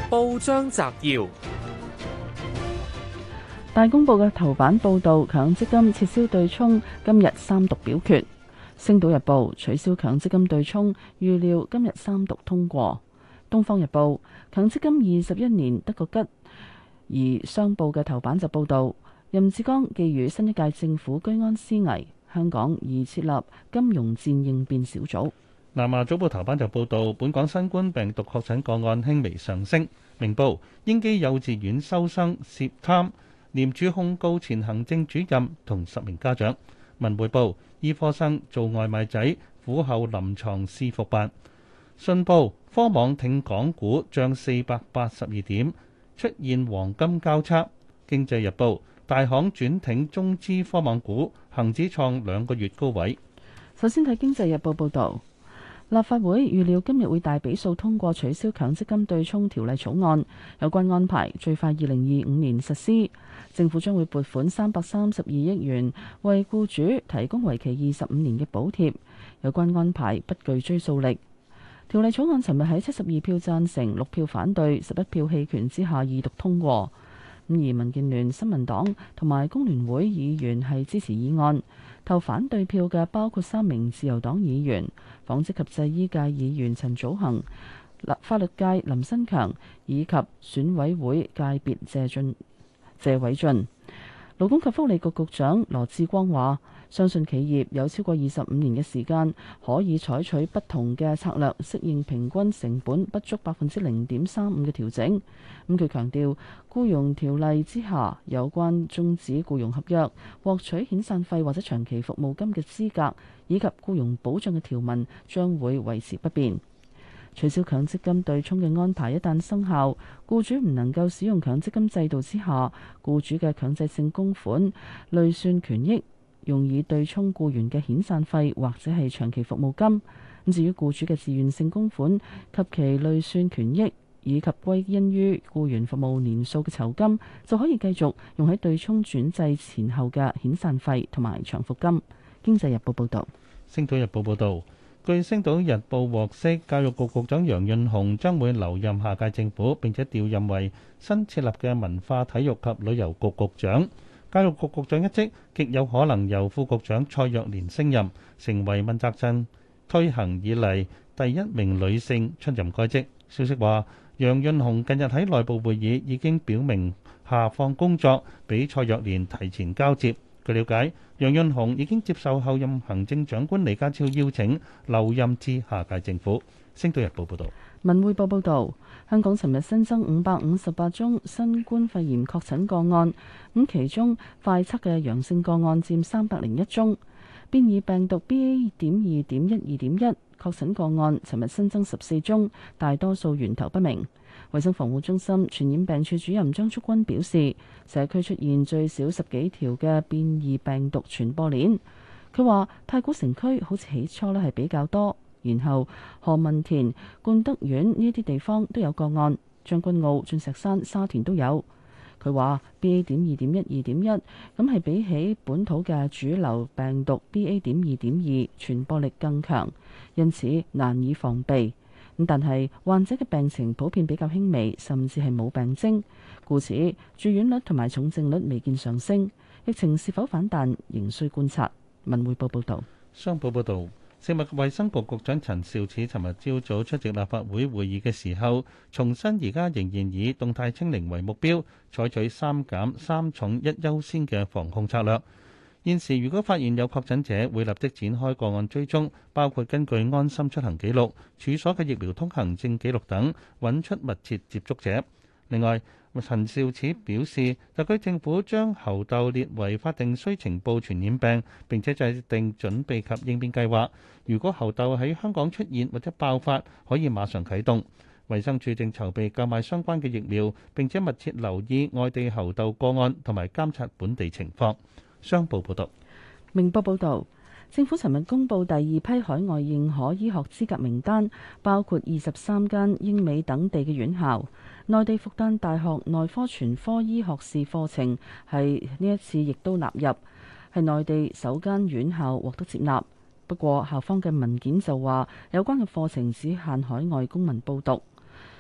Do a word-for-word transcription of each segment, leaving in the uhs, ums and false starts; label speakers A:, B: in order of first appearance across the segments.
A: 報章摘要：
B: 大公報嘅頭版報導強積金撤銷對沖，今日三讀表決。星島日報取消強積金對沖，預料今日三讀通過。東方日報強積金二十一年得個吉，而商報嘅頭版就報導任志剛寄予新一屆政府居安思危，香港擬設立金融戰應變小組。
C: 南華早報頭版就報導，本港新冠病毒確診個案輕微上升。明報英基幼稚園收生涉貪，廉署控告前行政主任同十名家長。文匯報醫科生做外賣仔，苦後臨床試服辦。信報科網挺港股漲四百八十二點，出現黃金交叉。經濟日報大行轉挺中資科網股，恒指創兩個月高位。
B: 首先睇經濟日報報導。立法會預料今日會大比數通過取消強積金對沖條例草案，有關安排最快二零二五年實施。政府將會撥款三百三十二億元為僱主提供為期二十五年嘅補貼。有關安排不具追溯力。條例草案尋日喺七十二票贊成、六票反對、十一票棄權之下二讀通過。咁而民建聯、新民黨同埋工聯會議員係支持議案。投反對票嘅包括三名自由黨議員、紡織及製衣界議員陳祖恒、法律界林新強以及選委會界別謝俊謝偉俊。勞工及福利局局長羅致光話，相信企業有超過二十五年嘅時間，可以採取不同嘅策略，適應平均成本不足百分之零點三五嘅調整。咁佢強調，僱傭條例之下有關終止僱傭合約、獲取遣散費或者長期服務金嘅資格，以及僱傭保障嘅條文將會維持不變。取消強積金對沖嘅安排一旦生效，僱主唔能夠使用強積金制度之下僱主嘅強制性供款累算權益，用以對沖僱員嘅遣散費或者係長期服務金。咁至於僱主嘅自願性供款及其累算權益，以及歸因於僱員服務年數嘅酬金，就可以繼續用喺對沖轉制前後嘅遣散費同埋長服金。經濟日報報導。
C: 星島日報報導。據《星島日報》獲悉，教育局局長楊潤雄將會留任下屆政府，並且調任為新設立嘅文化體育及旅遊局局長。教育局局長一職極有可能由副局長蔡若蓮升任，成為問責陣推行以嚟第一名女性出任該職。消息話，楊潤雄近日喺內部會議已經表明下放工作俾蔡若蓮提前交接。據了解，楊潤雄已經接受候任行政長官李家超邀請，留任至下屆政府。星島日報報道。
B: 文匯報報道，香港尋日新增五百五十八宗新冠肺炎確診個案，咁其中快測嘅陽性個案佔三百零一宗，變異病毒 B A. 點二點一二點一確診個案，尋日新增十四宗，大多數源頭不明。衛生防護中心傳染病處主任張竹君表示，社區出現最少十幾條嘅變異病毒傳播鏈。佢話太古城區好似起初咧係比較多，然後何文田、冠德苑呢啲地方都有個案，將軍澳、鑽石山、沙田都有。佢話 B A. 點二點一二點一咁係比起本土嘅主流病毒 B A. 點二點二傳播力更強，因此難以防備。咁但係患者嘅病情普遍比較輕微，甚至係冇病徵，故此住院率同埋重症率未見上升。疫情是否反彈，仍需觀察。文匯報報道。
C: 商報報導，食物及衛生局局長陳肇始尋日朝早出席立法會會議嘅時候，重申而家仍然以動態清零為目標，採取三減三重一優先嘅防控策略。現時如果發現有確診者，會立即展開個案追蹤，包括根據安心出行記錄、處所嘅疫苗通行證記錄等，揾出密切接觸者。另外，陳肇始表示，特區政府將猴痘列為法定須呈報傳染病，並且制定準備及應變計劃。如果猴痘喺香港出現或者爆發，可以馬上啟動。衛生署正籌備購買相關嘅疫苗，並且密切留意外地猴痘個案同埋監察本地情況。商報報導。
B: 明報報導，政府尋日公布第二批海外認可醫學資格名單，包括二十三間英美等地嘅院校。內地復旦大學內科全科醫學士課程係呢一次亦都納入，係內地首間院校獲得接納。不過校方嘅文件就話，有關嘅課程只限海外公民報讀。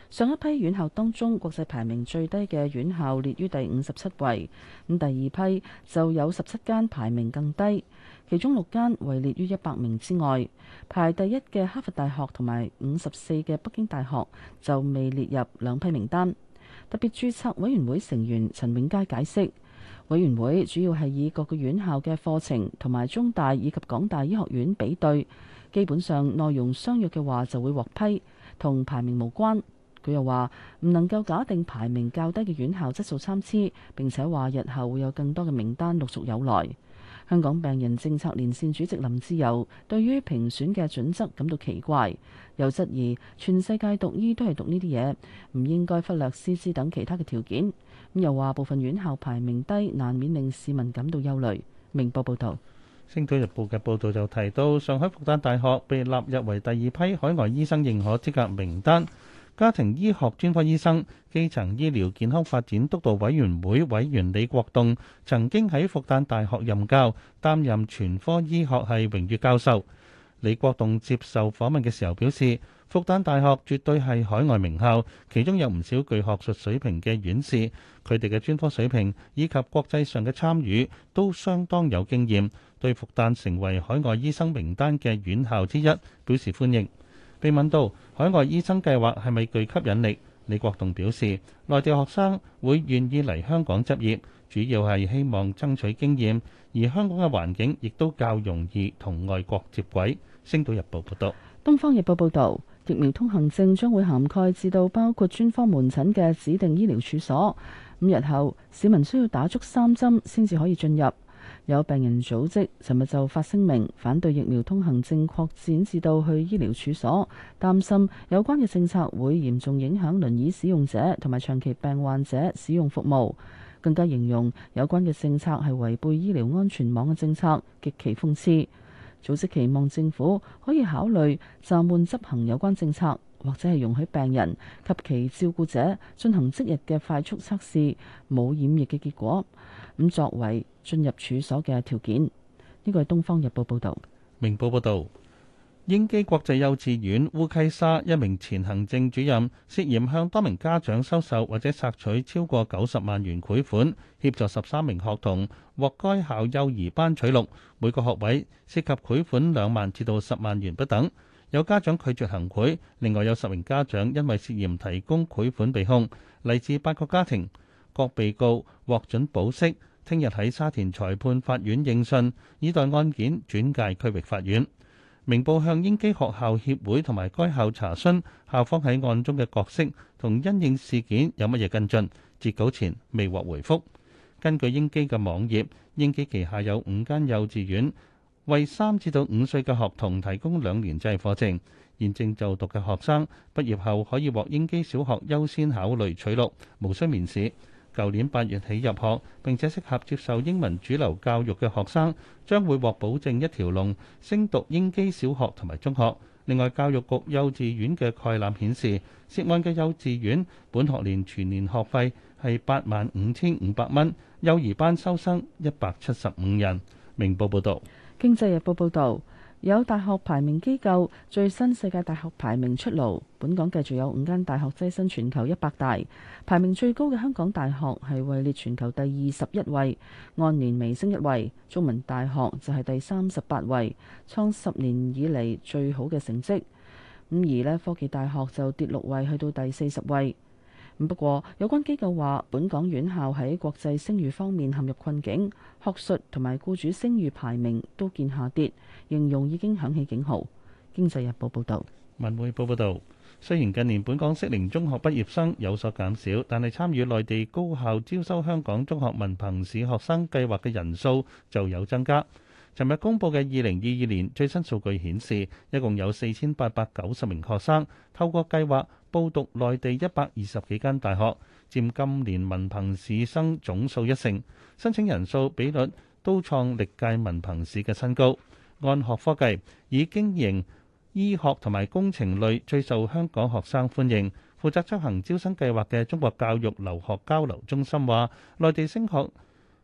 B: 上一批院校當中，國際排名最低嘅院校列於第五十七位，咁第二批就有十七間排名更低，其中六間位列於一百名之外。排第一嘅哈佛大學同埋五十四嘅北京大學就未列入兩批名單。特別註冊委員會成員陳永佳解釋，委員會主要係以各個院校嘅課程同埋中大以及港大醫學院比對，基本上內容相若嘅話就會獲批，同排名無關。佢又話唔能夠假定排名較低嘅院校質素參差，並且話日後會有更多嘅名單陸續有來。香港病人政策連線主席林志釉對於評選嘅準則感到奇怪，又質疑全世界讀醫都係讀呢啲嘢，唔應該忽略師資等其他嘅條件。咁又話部分院校排名低，難免令市民感到憂慮。明報報導。
C: 《星島日報》嘅報導就提到，上海復旦大學被納入為第二批海外醫生認可資格名單。家庭醫學專科醫生、基層醫療健康發展督導委員會委員李國棟曾經喺復旦大學任教，擔任全科醫學系榮譽教授。李國棟接受訪問嘅時候表示，復旦大學絕對係海外名校，其中有唔少具學術水平嘅院士，佢哋嘅專科水平以及國際上嘅參與都相當有經驗，對復旦成為海外醫生名單嘅院校之一表示歡迎。被問到海外醫生計劃係咪具吸引力，李國棟表示，內地學生會願意嚟香港執業，主要係希望爭取經驗，而香港嘅環境亦都較容易同外國接軌。星島日報報道。
B: 東方日報報導，疫苗通行證將會涵蓋至到包括專科門診嘅指定醫療處所。五日後，市民需要打足三針先至可以進入。有病人組織尋日就發聲明反對疫苗通行證擴展至到去醫療處所，擔心有關嘅政策會嚴重影響輪椅使用者同埋長期病患者使用服務，更加形容有關嘅政策係違背醫療安全網嘅政策，極其諷刺。組織期望政府可以考慮暫緩執行有關政策，或者係容許病人及其照顧者進行即日嘅快速測試，冇染疫嘅結果，咁作為進入處所嘅條件。呢個係《東方日報》報導。
C: 明報報導，英基國際幼稚園烏溪沙一名前行政主任涉嫌向多名家長收受或者索取超過九十萬元賄款，協助十三名學童獲該校幼兒班取錄，每個學位涉及賄款兩萬至到十萬元不等。有家長拒絕行賄，另外有十名家長因為涉嫌提供賄款被控，嚟自八個家庭，各被告獲准保釋，聽日喺沙田裁判法院應訊，以待案件轉介區域法院。明報向英基學校協會同埋該校查詢校方喺案中嘅角色同因應事件有乜嘢跟進，截稿前未獲回覆。根據英基嘅網頁，英基旗下有五間幼稚園，為三至到五歲嘅學童提供兩年制課程，現正就讀嘅學生畢業後可以獲英基小學優先考慮取錄，無需面試。舊年八月起入學並且適合接受英文主流教育嘅學生，將會獲保證一條龍升讀英基小學同埋中學。另外，教育局幼稚園嘅概覽顯示，涉案嘅幼稚園本學年全年學費係八萬五千五百蚊，幼兒班收生一百七十五人。明報報導。
B: 《經濟日報》報導，有大學排名機構最新世界大學排名出爐，本港繼續有五間大學躋身全球一百大，排名最高嘅香港大學係位列全球第二十一位，按年微升一位；中文大學就係第三十八位，創十年以嚟最好嘅成績。咁而呢科技大學就跌六位，去到第四十位。不過，有關機構話，本港院校喺國際聲譽方面陷入困境，學術同埋僱主聲譽排名都見下跌，形容已經響起警號。經濟日報報導。
C: 文匯報報導，雖然近年本港適齡中學畢業生有所減少，但係參與內地高校招收香港中學文憑試學生計劃嘅人數就有增加。尋日公佈嘅二零二二年最新數據顯示，一共有四千八百九十名學生透過計劃報讀內地一百二十幾間大學，佔今年文憑試生總數一成，申請人數比率都創歷屆文憑試嘅新高。按學科計，以經營、醫學同埋工程類最受香港學生歡迎。負責執行招生計劃嘅中國教育留學交流中心話，內地升學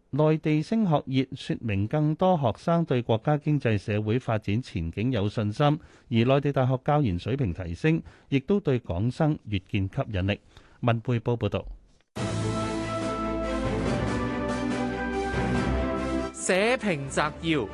C: 內地升學熱，說明更多學生對國家經濟社會發展前景有信心，而內地大學教研水平提升，亦都對港生越見吸引力。文匯報報道。
A: 社評摘要。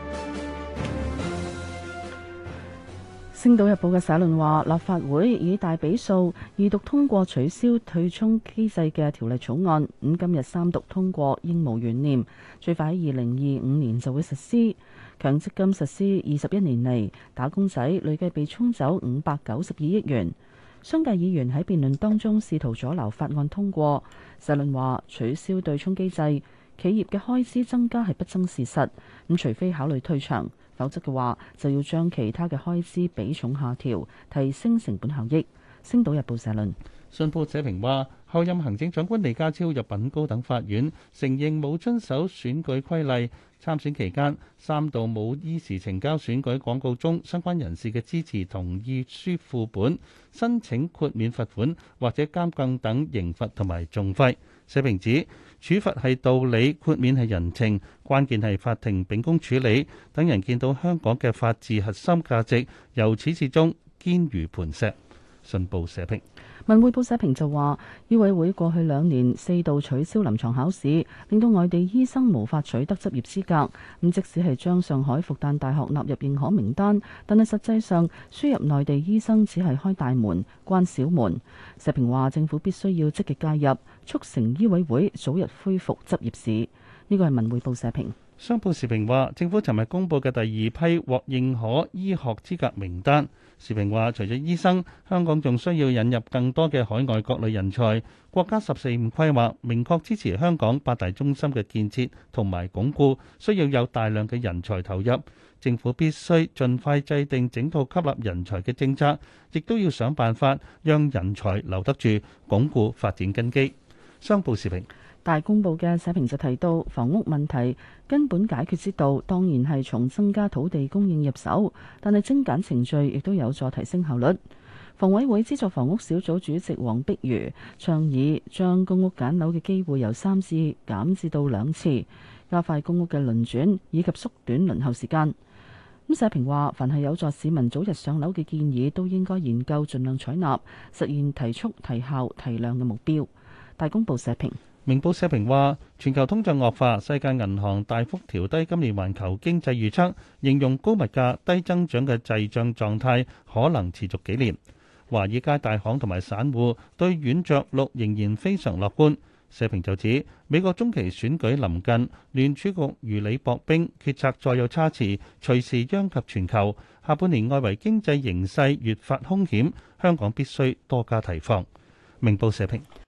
B: 星島日報嘅社論話，立法會以大比數二讀通過取消對沖機制嘅條例草案，咁今日三讀通過應無懸念，最快喺二零二五年就會實施。強積金實施二十一年嚟，打工仔累計被沖走五百九十二億元。商界議員喺辯論當中試圖阻撓法案通過。社論話，取消對沖機制，企業嘅開支增加係不爭事實，咁除非考慮退場，否則嘅話就要將其他嘅開支比重下調，提升成本效益。星島日報社論。
C: 信報社評話，候任行政長官李家超入稟高等法院，承認冇遵守選舉規例，參選期間三度冇依時呈交選舉廣告中相關人士嘅支持同意書副本，申請豁免罰款或者監禁等刑罰同埋訟費。社評指，處罰係道理，豁免係人情，關鍵係法庭秉公處理，等人見到香港嘅法治核心價值由始至終堅如磐石。信報社評。
B: 文匯報社評就話，醫委會過去兩年四度取消臨床考試，令到外地醫生無法取得執業資格。咁即使係將上海復旦大學納入認可名單，但係實際上輸入內地醫生只係開大門關小門。社評話，政府必須要積極介入，促成醫委會早日恢復執業試。呢個係文匯報社評。
C: 商報時評話，政府尋日公布嘅第二批獲認可醫學資格名單。時評話，除咗醫生，香港仲需要引入更多嘅海外各類人才。國家十四五規劃明確支持香港八大中心嘅建設同埋鞏固，需要有大量嘅人才投入。政府必須盡快制定整套吸納人才嘅政策，亦都要想辦法讓人才留得住，鞏固發展根基。商報時評。
B: 大公報嘅社評就提到，房屋問題根本解決之道當然係從增加土地供應入手，但係精簡程序亦都有助提升效率。房委會資助房屋小組主席黃碧如倡議將公屋揀樓嘅機會由三次減至到兩次，加快公屋嘅輪轉以及縮短輪候時間。咁社評話，凡係有助市民早日上樓嘅建議都應該研究盡量採納，實現提速、提效、提量嘅目標。大公報社評。
C: 明報社評話，全球通脹惡化，世界銀行大幅調低今年環球經濟預測，形容高物價、低增長嘅滯脹狀態可能持續幾年。華爾街大行同埋散戶對軟着陸仍然非常樂觀。社評就指，美國中期選舉臨近，聯儲局如履薄冰，決策再有差池，隨時殃及全球。下半年外圍經濟形勢越發兇險，香港必須多加提防。明報社評。